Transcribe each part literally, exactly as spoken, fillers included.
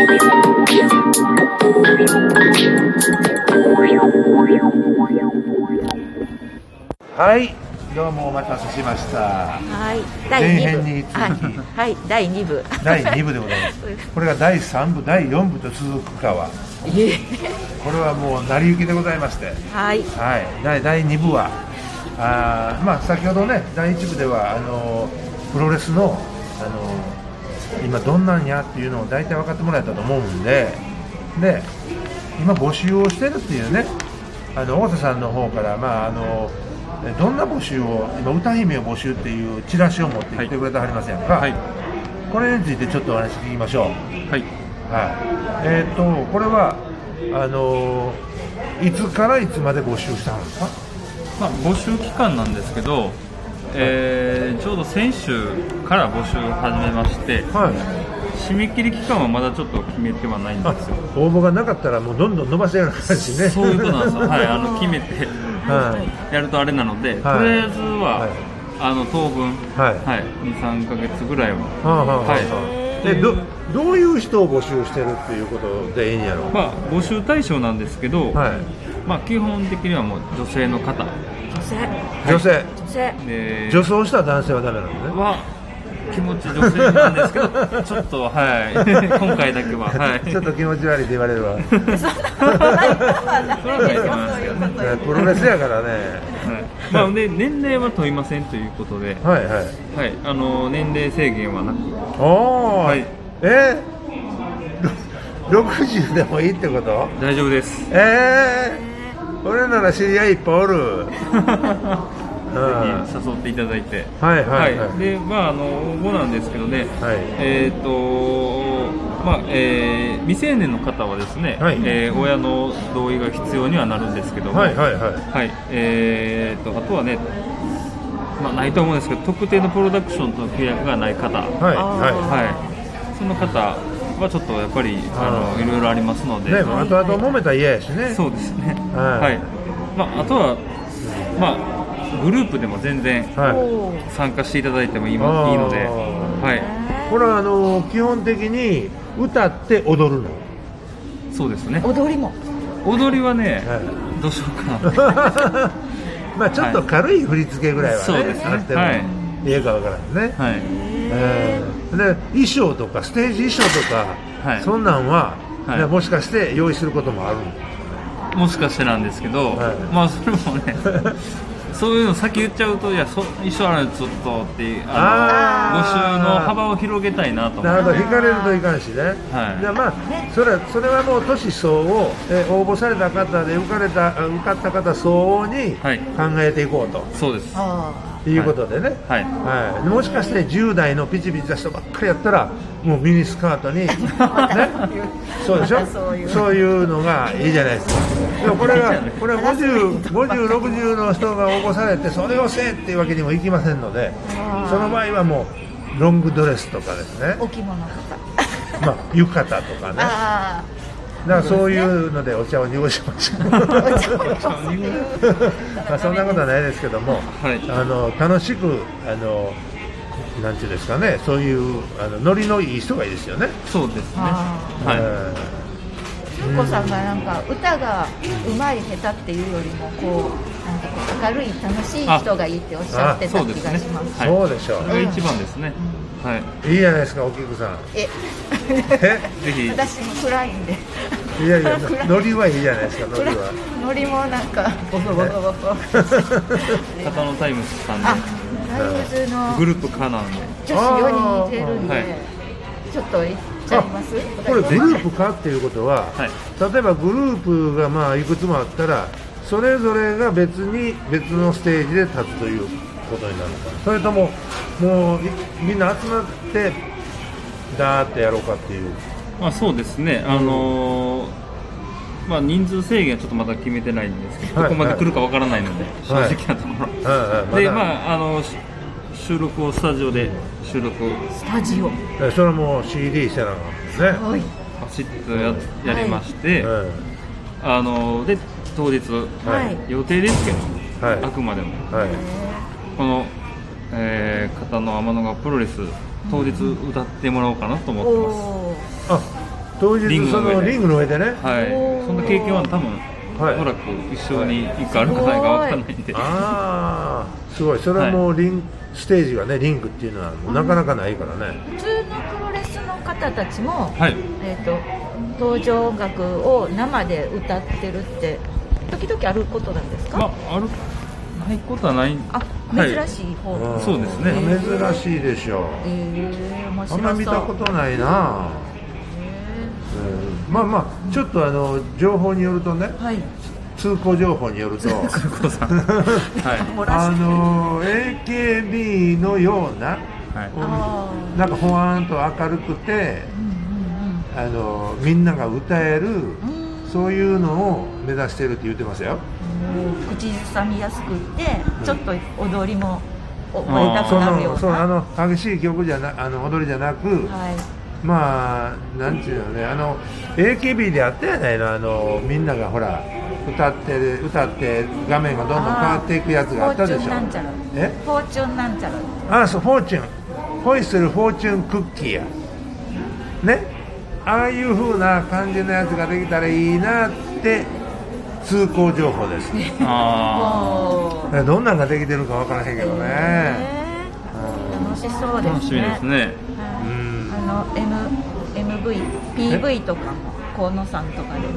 はい、どうもお待たせしました。 はい、 前編に続き、 はい、だいに部。 だいに部でございます。これがだいさん部、だいよん部と続くかは、これはもう成り行きでございまして、 はい、 はい、だいに部は、あまあ先ほどね、だいいち部ではあのプロレスのあの今どんなんやっていうのを大体分かってもらえたと思うんで、で今募集をしてるっていうね、あの大瀬さんの方からまああのどんな募集を今歌姫を募集っていうチラシを持ってきてくれてはりませんか、はい、これについてちょっとお話聞きましょう。はい、はい、えー、っとこれはあのいつからいつまで募集したんですか？ まあ、募集期間なんですけど、えー、ちょうど先週から募集を始めまして、はい、締め切り期間はまだちょっと決めてはないんですよ。 応募がなかったらもうどんどん伸ばしてやる感じね。 そういうことなんですよ。はい、あの決めてやるとあれなので、はい、とりあえずは、はい、あの当分、はいはい、にさんかげつぐらいは、はあはあはい、 でどどういう人を募集してるっていうことでいいんやろう。 まあ、募集対象なんですけど、はい、まあ、基本的にはもう女性の方、 女性、 女性、 女性で女装した男性はダメなのね。 は気持ち女性なんですけどちょっとはい今回だけは、はい、 ちょっと気持ち悪いって言われるわそれはプロレスやからね、はい、 まあ、で年齢は問いませんということで、はいはいはい、あの年齢制限はなく、 おー、はい、えー、ろくじゅうでもいいってこと？ 大丈夫です。 えー、俺なら知り合いいっぱいおるぜひ誘っていただいて、 はいはいはい、 はい、でまああの応募なんですけどね、はい、えっ、ー、とまあ、えー、未成年の方はですね、はい、えー、親の同意が必要にはなるんですけども、はいはいはい、はい、えーとあとはね、まあないと思うんですけど、特定のプロダクションとの契約がない方、はいはいはい、その方はちょっとやっぱりあのいろいろありますので、 ね、あとあと揉めたら嫌やしね。 そうですね。はい。はい、まああとはまあ。グループでも全然参加していただいてもいいので、はい、 これはあの基本的に歌って踊るの？ そうですね。 踊りも踊りはね、はい、どうしようかなまあちょっと軽い振り付けぐらいはね、 そうですね、 あってもいいかわからんね、はい、えー、で衣装とかステージ衣装とか、はい、そんなんは、はい、もしかして用意することもあるの？ もしかしてなんですけど、はい、まあそれもねそういうの先言っちゃうと、いや、そ一緒あるのちょっとっていう、あの募集の幅を広げたいなと思って。 なるほど、引かれるといかんしね。はい、じゃあまあそれそれはもう年相応、え応募された方で受かれた受かった方相応に考えていこうと。はい、 そうです。 いうことでね、はいはい、もしかしてじゅう代のピチピチした人ばっかりやったらもうミニスカートに、ね、そうでしょそういう、そういうのがいいじゃないですか。でもこれがこれごじゅう、ごじゅう、ろくじゅうの人が応募されてそれをせえっていうわけにもいきませんので、その場合はもうロングドレスとかですね、 お着物とか、 まあ、浴衣とかね、あだからそういうのでお茶を濁しましょうまあそんなことはないですけども、はい、あの楽しくあのなんていうんですかね、そういうあのノリのいい人がいいですよね。 そうですね。はい。 ゆうこさんがなんか歌がうまい下手っていうよりもこうなんかこう明るい楽しい人がいいっておっしゃってた気がします。 そうでしょう。 それが一番ですね。はい。 いいじゃないですか、お菊さん。え、 ぜひ。私も暗いんで。 いやいや、ノリはいいじゃないですか、ノリは。 ノリもなんかボソボソボソ。 片野タイムスさんで。 タイムズのグループカなんで。 女子よにん似てるんで、ちょっと行っちゃいます？ これグループかっていうことは、例えばグループがまあいくつもあったら、それぞれが別に別のステージで立つということになるのか、それとももうみんな集まってダーってやろうかっていう。 まあそうですね、あのーまあ、人数制限はちょっとまだ決めてないんですけど、はい、どこまで来るかわからないので、はい、正直なところ、はいはいはい、で、まあ、あの収録をスタジオで収録スタジオそれも シーディー してなかったですね、はい、 パシッと や, やりまして、はい、あので当日、はい、予定ですけど、はい、あくまでも、はい、この、えー、片野天の川プロレス当日歌ってもらおうかなと思ってます。 あ、 当日そのリングの上でね、 はい、そんな経験は多分、はい、おそらく一生にいっかいあるかないか分からないんで、 ああすごい、それはもうリン、はい、ステージがねリングっていうのはもうなかなかないからね、 普通のプロレスの方たちも、 はい、 えーと登場音楽を生で歌ってるって時々あることなんですか？ まあ、あるないことはない。 あ、珍しい方、 はい、そうですね、 珍しいでしょう、 えー、面白そう。 あんま見たことないな、えー、まあまあちょっとあの情報によるとね、はい、通行情報によるとはい、あの エーケービー のような、はい、なんかほわーんと明るくて、あのみんなが歌える、そういうのを目指してるって言ってますよ。 口ずさみやすくってちょっと踊りも覚えたくなるような、 そうあの激しい曲じゃなあの踊りじゃなく、はい、まあなんていうのね、あの エーケービー であったやないの、あのみんながほら歌ってる歌って画面がどんどん変わっていくやつがあったでしょ。 フォーチュンなんちゃら、 えフォーチュンなんちゃら、 あそうフォーチュンホイッスルフォーチュンクッキーやね、ああいう風な感じのやつができたらいいなって通行情報です。あどんなのができてるかわからへんけどね、えー、楽しそうですね。 楽しみですね、 うん、あの M、エムブイ、ピーブイ とかも河野さんとかで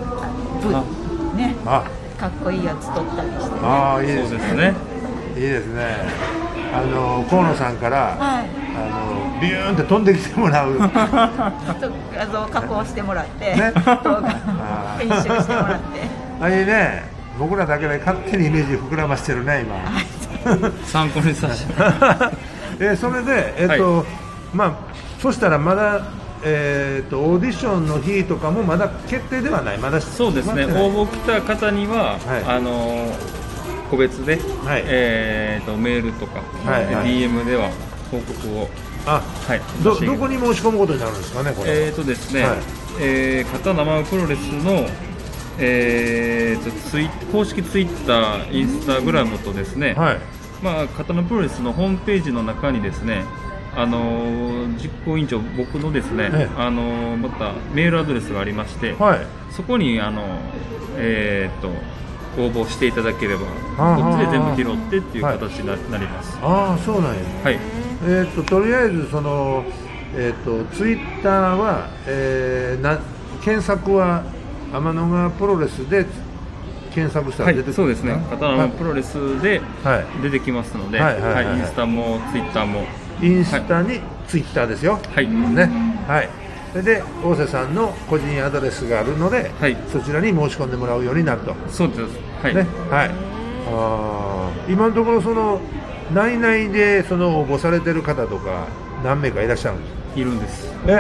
V ね、あかっこいいやつ撮ったりして、ね、 あいいですね、 そうですね、 いいですね。あの河野さんから、はい、あのビューンって飛んできてもらう画像加工してもらって、ね、動画編集してもらってあれね、僕らだけで勝手にイメージ膨らましてるね今参考にさせてえそれで、えっと、はい、まあそしたらまだ、えー、っとオーディションの日とかもまだ決定ではない、まだそうですね、応募来た方には、はい、あの個別で、はい、えー、とメールとか、はいはい、ディーエム では報告を、 あ、はい、ど, どこに申し込むことになるんですかね、これ。 えーとですね、はい、えー、片生プロレスの、えー、とツイ公式ツイッター、インスタグラムとですね、はい、まあ、片野プロレスのホームページの中にですね、あのー、実行委員長、僕のですね、ええ、あのー、またメールアドレスがありまして、はい、そこに、あのーえー、と応募していただければ、こっちで全部拾ってっていう形になります。 はい、ああ、そうなんや。 はい。 えっ、ー、ととりあえずそのえっ、ー、とツイッターは、えー、な検索は天の川プロレスで検索したら出てくる、はい、そうですね。 片野プロレスで出てきますので、はいはいはいはい、インスタもツイッターも。 インスタにツイッターですよ。はい。ね。はい。それで大瀬さんの個人アドレスがあるので、はい、そちらに申し込んでもらうようになると。 そうです。はい。 ね。はい。あ今のところその内々でその応募されてる方とか何名かいらっしゃるんですか？ いるんです。 え、はい。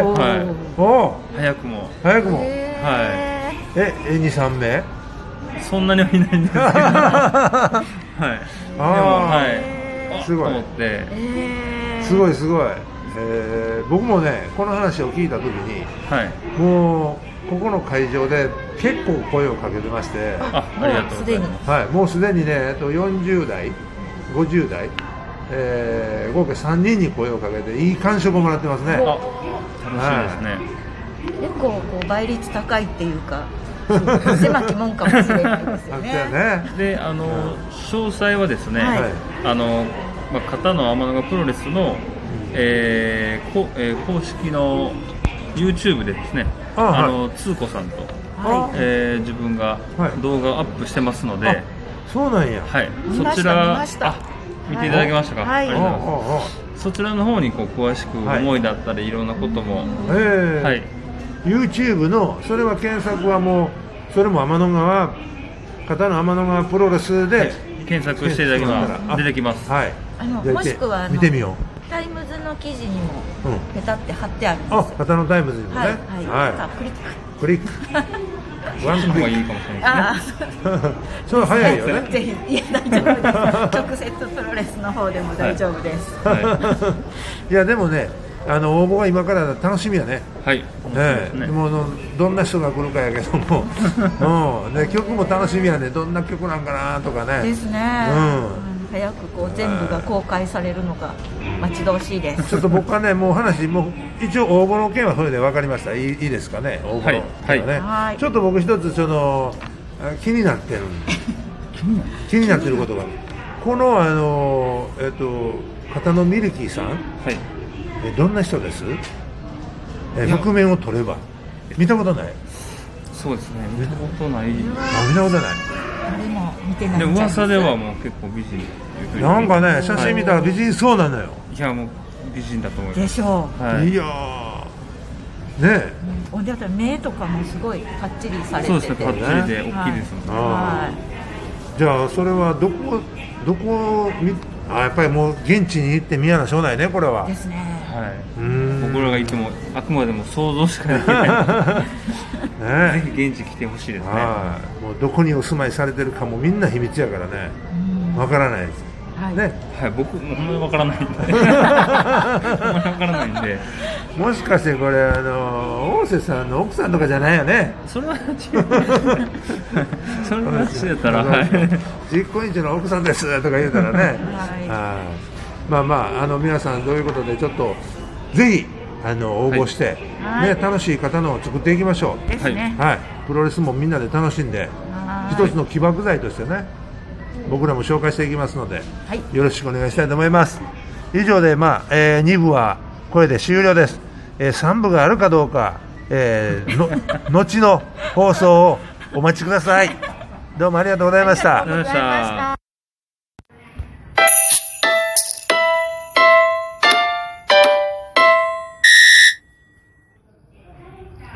お早くも。 早くも。はい。 え、 に、さんめい？ そんなにはいないんですけど。はい。ああ、はい。すごい。 と思って。 すごいすごい。えー、僕もねこの話を聞いた時に、はい、もうここの会場で結構声をかけてまして、 あ、ありがとうございます。 はい、もうすでにね、えっとよんじゅう代、ごじゅう代、えー、合計さんにんに声をかけていい感触をもらってますね。あ、 楽しみですね。はい、 結構こう倍率高いっていうか狭き門かもしれないですよね。 ねで、あの、うん、詳細はですね、はい、あの、まあ、片野天の川プロレスのえーこえー、公式の YouTube でですね、ああ、あの、はい、通子さんと、はい、えー、自分が動画をアップしてますので、はい、 そうなんや、 はい、そちらあ見ていただけましたか、はい、ありがとうございます。そちらの方にこう詳しく思いだったりいろんなことも、はい、 えーはい、YouTube のそれは検索はもうそれも天の川片野天の川プロレスで、はい、 検索していただければ出てきます。 はい、あのもしくはあの見てみよう。 タイムズの記事にもペタって貼ってあるんです。 あ、片野タイムズにもね。はい、 はいはい、クリック。 クリック。 ワンクリックがいいかもしれないですね。 それ早いよね。 ぜひ、いや大丈夫です。直接プロレスの方でも大丈夫です。はいはい、 いやでもね、あの応募は今から楽しみやね。 はい。 ええ、でもどんな人が来るかやけども、うん、ね曲も楽しみやね。どんな曲なんかなとかね。 ですね。 うん。 早くこう全部が公開されるのが待ち遠しいです。 ちょっと僕はね、もう話もう一応応募の件はそれで分かりました。いい、いいですかね、応募の件はね、はい、ちょっと僕一つその気になってる気になってることが、このあのえっと片野ミルキーさん、はい、えどんな人です？え覆面を取れば見たことない？ そうですね、見たことない。あ、 見たことない。 誰も見てない。 で噂ではもう結構美人。 なんかね、写真見たら美人そうなのよ。 いや、もう美人だと思います。 でしょう。はい、いやーねえ。うん、だって目とかもすごいパッチリされてて。 そうですね、パッチリで大きいですもんね。 はい。 じゃあそれはどこどこみあやっぱりもう現地に行って宮の庄内ね、これは。 ですね。 はい。うん僕らがいてもあくまでも想像しかできない。ね、ぜひ現地来てほしいですね。 もうどこにお住まいされてるかもみんな秘密やからね、わからないです。 はい、 ね、はい、僕もほんまにわからないんで。ほんまにわからないんで。 もしかしてこれあの大瀬さんの奥さんとかじゃないよね。 それは違う。それは違ったら、 実行委員長の奥さんですとか言うたらね。はい、あまあまああの皆さんどういうことでちょっとぜひあの応募して、はい、ね、楽しい方のを作っていきましょう。 ですね。 はい。プロレスもみんなで楽しんで、一つの起爆剤としてね、僕らも紹介していきますので、はい、よろしくお願いしたいと思います。以上で、まあえー、に部はこれで終了です。えー、さん部があるかどうか、えー、の後の放送をお待ちください。どうもありがとうございました。 ありがとうございました。